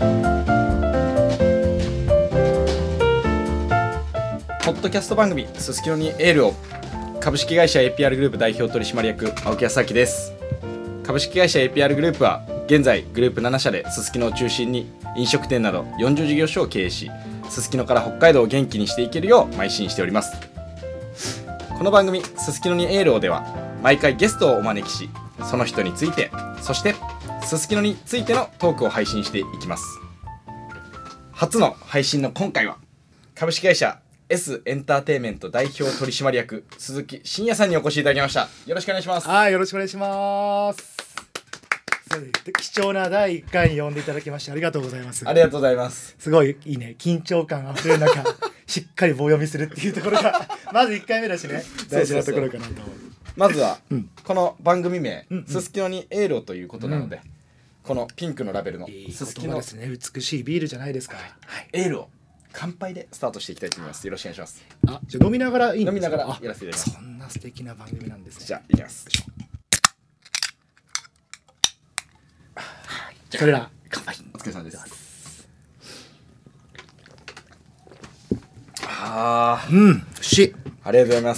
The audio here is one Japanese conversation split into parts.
ポッドキャスト番組すすきのにエールを。株式会社 APR グループ代表取締役青木康明です。株式会社 APR グループは現在グループ7社ですすきのを中心に飲食店など40事業所を経営し、すすきのから北海道を元気にしていけるよう邁進しております。この番組すすきのにエールをでは毎回ゲストをお招きし、その人について、そしてすすきのについてのトークを配信していきます。初の配信の今回は株式会社S エンターテイメント代表取締役鈴木真也さんにお越しいただきました。よろしくお願いします。 はい、よろしくお願いします。貴重な第1回に呼んでいただきましてありがとうございます。 ありがとうございます。 すごいいいね、緊張感あふれる中しっかり棒読みするっていうところがまず1回目だしね、大事なところかなと。 まずは、この番組名すすきのにエールをということなので、このピンクのラベルのすすきのですね、美しいビールじゃないですか。 エールを乾杯でスタートしていきたいと思います。よろしくお願いします。 じゃあ飲みながらいいんですか？ 飲みながらやらせていただきます。 そんな素敵な番組なんですね。 じゃあいきます。 それでは乾杯。 お疲れ様です。ありがとうございます。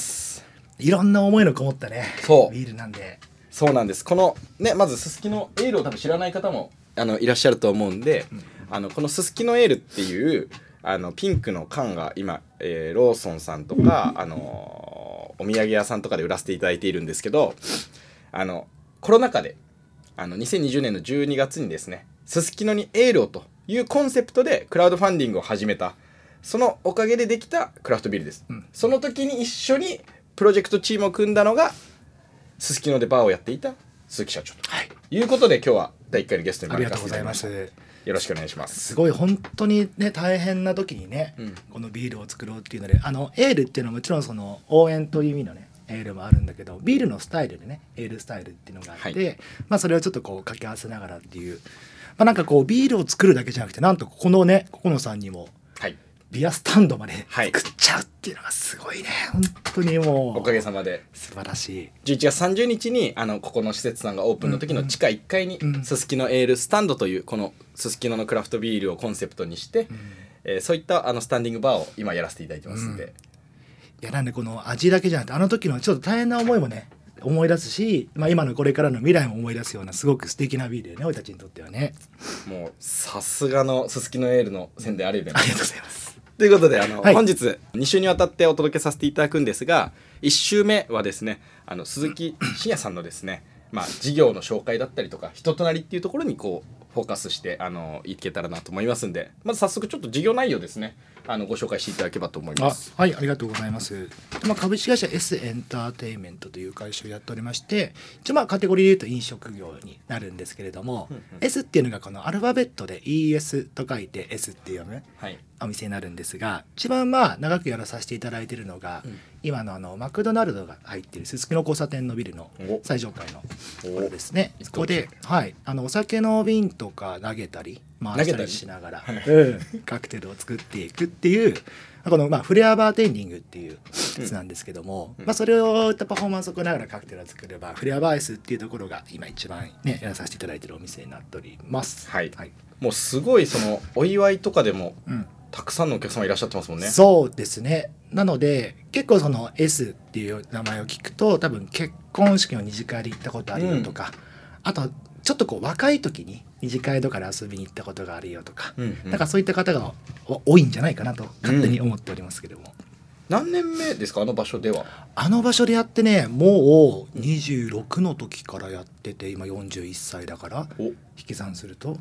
いろんな思いのこもったね、 そうビールなんで。 そうなんです。このね、まずすすきのエールを多分知らない方もいらっしゃると思うんで、このすすきのエールっていうピンクの缶が今、ローソンさんとか、お土産屋さんとかで売らせていただいているんですけど、コロナ禍で2020年の12月にですね、すすきのにエールをというコンセプトでクラウドファンディングを始めた、そのおかげでできたクラフトビールです。その時に一緒にプロジェクトチームを組んだのがすすきのでバーをやっていた鈴木社長ということで、今日は第1回のゲストに招かせていただきました。よろしくお願いします。 すごい本当にね、大変な時にね、このビールを作ろうっていうので、エールっていうのはもちろんその応援という意味のねエールもあるんだけど、ビールのスタイルでねエールスタイルっていうのがあって、それをちょっとこう掛け合わせながらっていう、なんかこうビールを作るだけじゃなくて、なんとここのねここのさんにもビアスタンドまで作っちゃうっていうのがすごいね、本当にもうおかげさまで素晴らしい。 11月30日にここの施設さんがオープンの時の地下1階にすすきのエールスタンドというこのすすきののクラフトビールをコンセプトにして、そういったスタンディングバーを今やらせていただいてますんで、 いや、なんでこの味だけじゃなくて時のちょっと大変な思いもね思い出すし、今のこれからの未来も思い出すようなすごく素敵なビールでね、俺たちにとってはね。 もうさすがのすすきのエールの宣伝ありがとうございます。 す。 ということで本日2週にわたってお届けさせていただくんですが、1週目はですね、鈴木真也さんのですね、事業の紹介だったりとか人となりっていうところにこうフォーカスしていけたらなと思いますんで、まず早速ちょっと事業内容ですね、ご紹介していただければと思います。 はい、ありがとうございます。株式会社 S エンターテイメントという会社をやっておりまして、一応カテゴリーでいうと飲食業になるんですけれども、S っていうのがこのアルファベットで ES と書いて S っていうね、お店になるんですが、一番長くやらさせていただいているのが、今のマクドナルドが入っているすすきの交差点のビルの最上階のところですね。ここで、お酒の瓶とか投げたり回したりしながら、カクテルを作っていくっていう、このフレアバーテンディングっていうやつなんですけども、それをいったパフォーマンスを加えながらカクテルを作ればフレアバーアイスっていうところが今一番ねやらさせていただいているお店になっております。 もうすごいそのお祝いとかでも、たくさんのお客様いらっしゃってますもんね。 そうですね。なので結構その S っていう名前を聞くと、多分結婚式の二次会で行ったことあるよとか、あとちょっとこう若い時に二次会とかで遊びに行ったことがあるよとか、なんかそういった方が多いんじゃないかなと勝手に思っておりますけども。 何年目ですか、あの場所では。 あの場所でやってね、もう26の時からやってて、今41歳だから引き算すると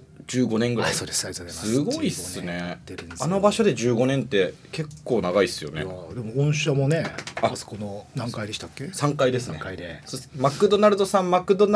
15年ぐらい。 そうです。ありがとうございます。 すごいっすね。あの場所で15年って結構長いっすよね。 いやでも御社もね、あそこの何階でしたっけ ？3階ですね。 3階でマクドナルドさん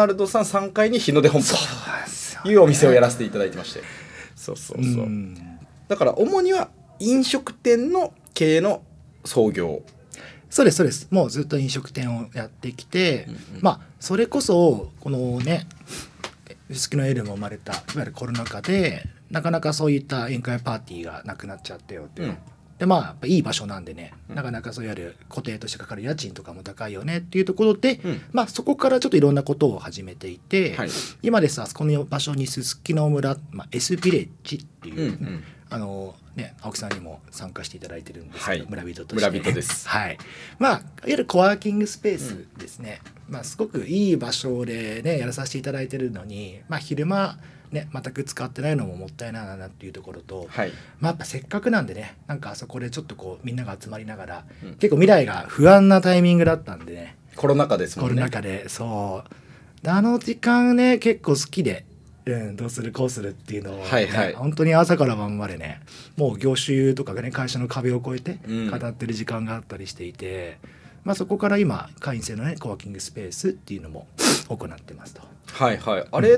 3階に日の出本舗というお店をやらせていただいてまして、そうだから主には飲食店の経営の創業。 そうです。もうずっと飲食店をやってきて、それこそこのねすすきのエールも生まれたいわゆるコロナ禍で、なかなかそういった宴会パーティーがなくなっちゃったよって、 でやっぱいい場所なんでね、なかなかそういわゆる固定としてかかる家賃とかも高いよねっていうところで、そこからちょっといろんなことを始めていて、今ですあそこの場所にすすきの村、S ビレッジっていう、青木さんにも参加していただいてるんですけど、村人として、 村人です。 いわゆるコワーキングスペースですね。すごくいい場所でねやらさせていただいてるのに、昼間ね、全く使ってないのももったいないなっていうところと、やっぱせっかくなんでね、なんかあそこでちょっとこうみんなが集まりながら、結構未来が不安なタイミングだったんでね、 コロナ禍ですもんね。 コロナ禍でそうあの時間ね結構好きで、どうするこうするっていうのを、本当に朝から晩までね、もう業種とかがね会社の壁を越えて語ってる時間があったりしていて、そこから今会員制のねコワーキングスペースっていうのも行ってますと。 あれって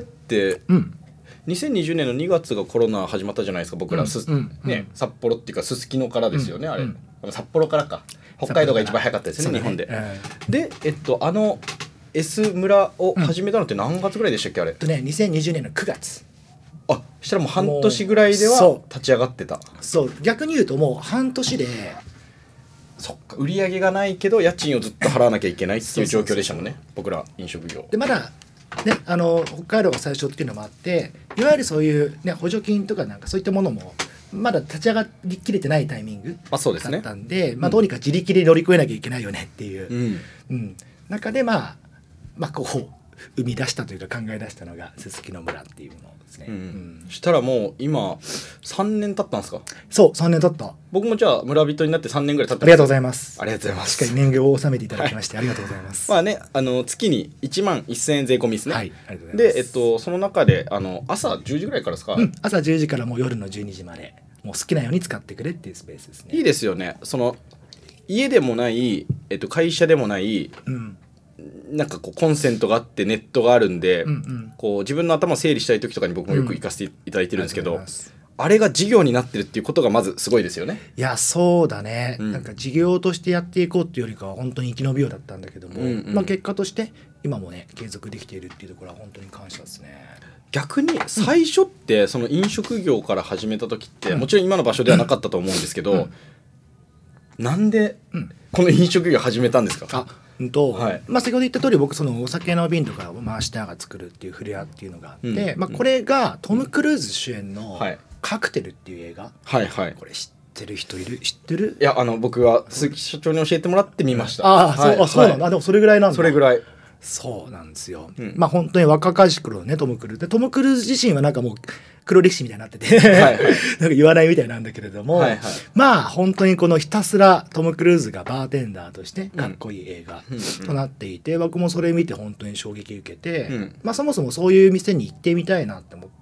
、2020年の2月がコロナ始まったじゃないですか、僕ら、札幌っていうかすすきのからですよね、あれ、札幌からか、北海道が一番早かったですね、日本で、であの S 村を始めたのって何月ぐらいでしたっけ、あれ 2020年の9月。 したらもう半年ぐらいでは立ち上がってた。 そう逆に言うともう半年で、 そっか、売り上げがないけど家賃をずっと払わなきゃいけないっていう状況でしたもんね、僕ら飲食業で。まだね、北海道が最初っていうのもあって、いわゆるそういう、補助金とかなんかそういったものもまだ立ち上がりきれてないタイミングだったんで、どうにか自力で乗り越えなきゃいけないよねっていう、中でこう生み出したというか考え出したのがすすきの村っていうものですね。 したらもう今3年経ったんですか。 そう3年経った。 僕もじゃあ村人になって3年ぐらい経ったんです。 ありがとうございます。 ありがとうございます。 しっかり年貢を納めていただきまして、ありがとうございます。 月に1万1000円税込みですね。 ありがとうございます。 でその中で朝10時ぐらいからですか。 朝10時からもう夜の12時までもう好きなように使ってくれっていうスペースですね。 いいですよね。家でもない、会社でもない、なんかこうコンセントがあってネットがあるんで、こう自分の頭を整理したい時とかに僕もよく行かせていただいてるんですけど、あれが事業になってるっていうことがまずすごいですよね。 いやそうだね、なんか事業としてやっていこうっていうよりかは本当に生き延びようだったんだけども、結果として今もね継続できているっていうところは本当に感謝ですね。 逆に最初ってその飲食業から始めた時って、もちろん今の場所ではなかったと思うんですけど、なんでこの飲食業始めたんですか。 先ほど言った通り僕そのお酒の瓶とかを回しながら作るっていうフレアっていうのがあって、これがトム・クルーズ主演のカクテルっていう映画、これ知ってる人いる？知ってる？ いや僕は鈴木社長に教えてもらって見ました。 そうなんだ。でもそれぐらいなんだ。 それぐらい。 そうなんですよ。本当に若かりし頃のねトム・クルーズで、トム・クルーズ自身はなんかもう黒歴史みたいになっててなんか言わないみたいなんだけれども、本当にこのひたすらトム・クルーズがバーテンダーとしてかっこいい映画となっていて、僕もそれ見て本当に衝撃受けて、そもそもそういう店に行ってみたいなって思って、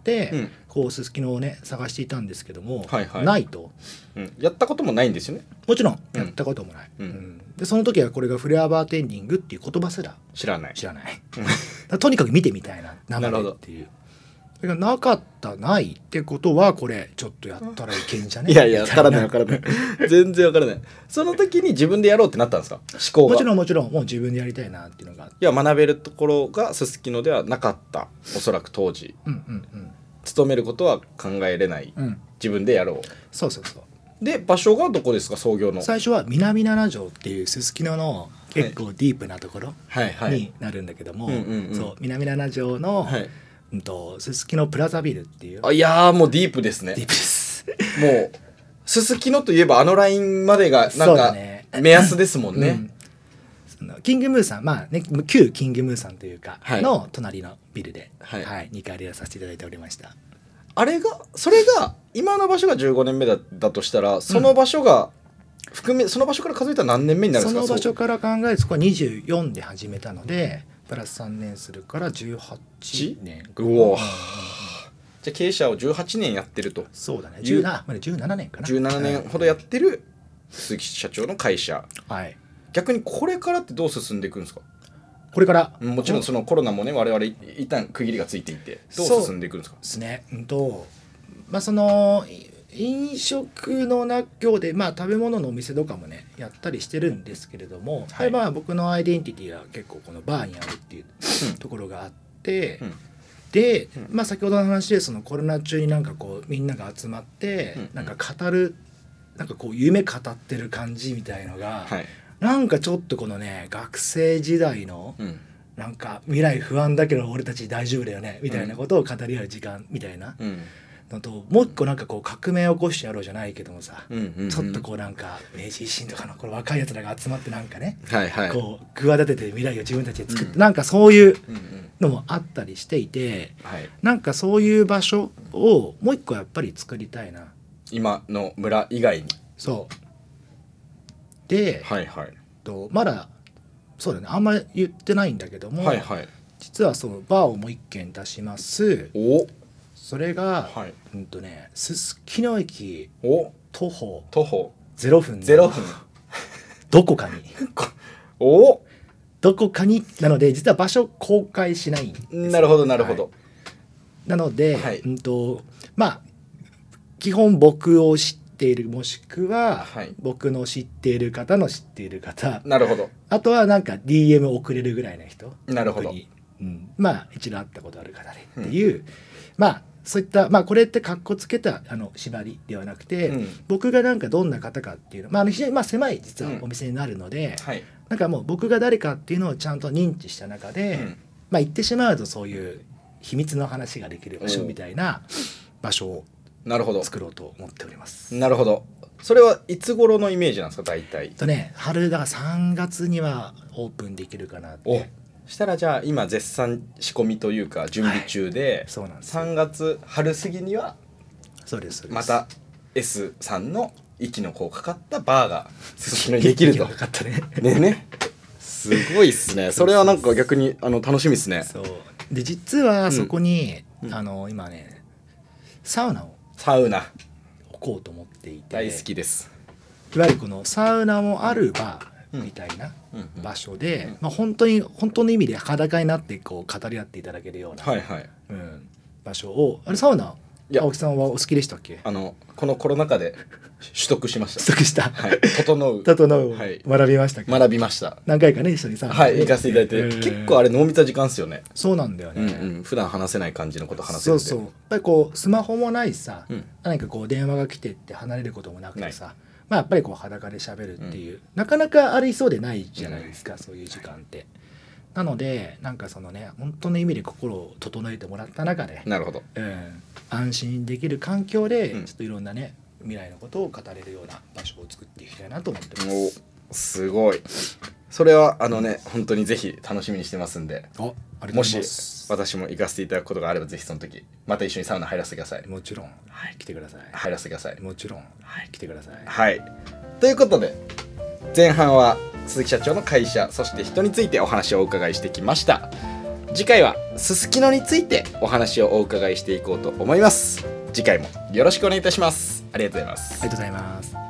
こうすすきのをね探していたんですけども、ないと、 やったこともないんですよね。 もちろんやったこともない、でその時はこれがフレアバーテンディングっていう言葉すら知らないとにかく見てみたいな生でっていう。それがなかったないってことはこれちょっとやったらいけんじゃね。 いや分からない全然分からない。その時に自分でやろうってなったんですか、思考が。 もちろんもう自分でやりたいなっていうのが、 学べるところがすすきのではなかった、おそらく当時、勤めることは考えれない、自分でやろう。 そうで場所がどこですか、創業の。 最初は南七条っていうすすきのの結構ディープなところになるんだけども、南七条のすすきのプラザビルっていう。 いやもうディープですね。 ディープですもうすすきのといえばあのラインまでがなんか目安ですもんね。 キングムーさん、旧キングムーさんというかの隣のビルで、2階でやらさせていただいておりました。 それが今の場所が15年目だとしたら、その場所が含めその場所から数えたら何年目になるんですか。 その場所から考えるとそこは24で始めたのでプラス3年するから18年。 うお、じゃあ経営者を18年やってると。 そうだね、17年かな。 17年ほどやってる鈴木社長の会社、逆にこれからってどう進んでいくんですか。 これからもちろんそのコロナもね我々一旦区切りがついていて、どう進んでいくんですか。 ですね。その飲食の業で、食べ物のお店とかもねやったりしてるんですけれども、僕のアイデンティティは結構このバーにあるっていうところがあって、で、先ほどの話でそのコロナ中になんかこうみんなが集まってなんか語るなんかこう夢語ってる感じみたいのが、 はい、 なんかちょっとこのね学生時代の、 うん、 なんか未来不安だけど俺たち大丈夫だよねみたいなことを語り合う時間みたいなのと、もう一個なんかこう革命を起こしてやろうじゃないけどもさ、ちょっとこうなんか明治維新とかのこの若いやつらが集まってなんかね、 はいはい、 こう企てて未来を自分たちで作って、なんかそういうのもあったりしていて、なんかそういう場所をもう一個やっぱり作りたいな、 今の村以外に。 そうで、 はいはい、 まだそうだね、あんまり言ってないんだけども、 はいはい、 実はそのバーをもう一軒出します。 お、 それが、 はい、 すすきの駅徒歩0分どこかにお、 どこかになので、実は場所公開しないんです。 なるほどなるほど、はい、 なので、 はい、 まあ基本僕を知っている、もしくは、 はい、 僕の知っている方の知っている方、 なるほど、 あとはなんか DM 送れるぐらいの人、 なるほど、 まあ一度会ったことある方でっていう、まあそういった、まあこれってカッコつけた縛りではなくて、僕がなんかどんな方かっていうの、非常に狭い実はお店になるので、なんかもう僕が誰かっていうのをちゃんと認知した中で、言ってしまうとそういう秘密の話ができる場所みたいな場所を作ろうと思っております。 なるほど。それはいつ頃のイメージなんですか、大体。 春だから3月にはオープンできるかなって。 したらじゃあ今絶賛仕込みというか準備中で、 そうなんです。 3月春過ぎにはそうですまた S さんの息のこうかかったバーができると。 かったね。 ね。すごいっすね。それはなんか逆に楽しみっすね。 そうで、実はそこに、今ねサウナを置こうと思っていて、 大好きです。 いわゆるこのサウナもあるバーみたいな場所で、本当の意味で裸になってこう語り合っていただけるような、場所を、あれサウナ青木さんはお好きでしたっけ？ このコロナ禍で取得しました。 取得した。 はい。整う。 はい、学びました。 学びました。 何回かね一緒にさ。 はい、行かせていただいて、結構あれ濃密な時間ですよね。 そうなんだよね。 普段話せない感じのこと話せるんで。 そう。やっぱりこうスマホもないさ、何かこう電話が来てって離れることもなくてさ、やっぱりこう裸で喋るっていう、なかなかありそうでないじゃないですか、そういう時間って。なのでなんかそのね、本当の意味で心を整えてもらった中で、 なるほど、 安心できる環境でちょっといろんなね、未来のことを語れるような場所を作っていきたいなと思ってます。 すごい。それは本当にぜひ楽しみにしてますんで、もし私も行かせていただくことがあれば、ぜひその時また一緒にサウナ入らせてください。 もちろん、来てください。 入らせてください。 もちろん、来てください。 はい。ということで前半は鈴木社長の会社、そして人についてお話をお伺いしてきました。次回はすすきのについてお話をお伺いしていこうと思います。次回もよろしくお願いいたします。ありがとうございます。 ありがとうございます。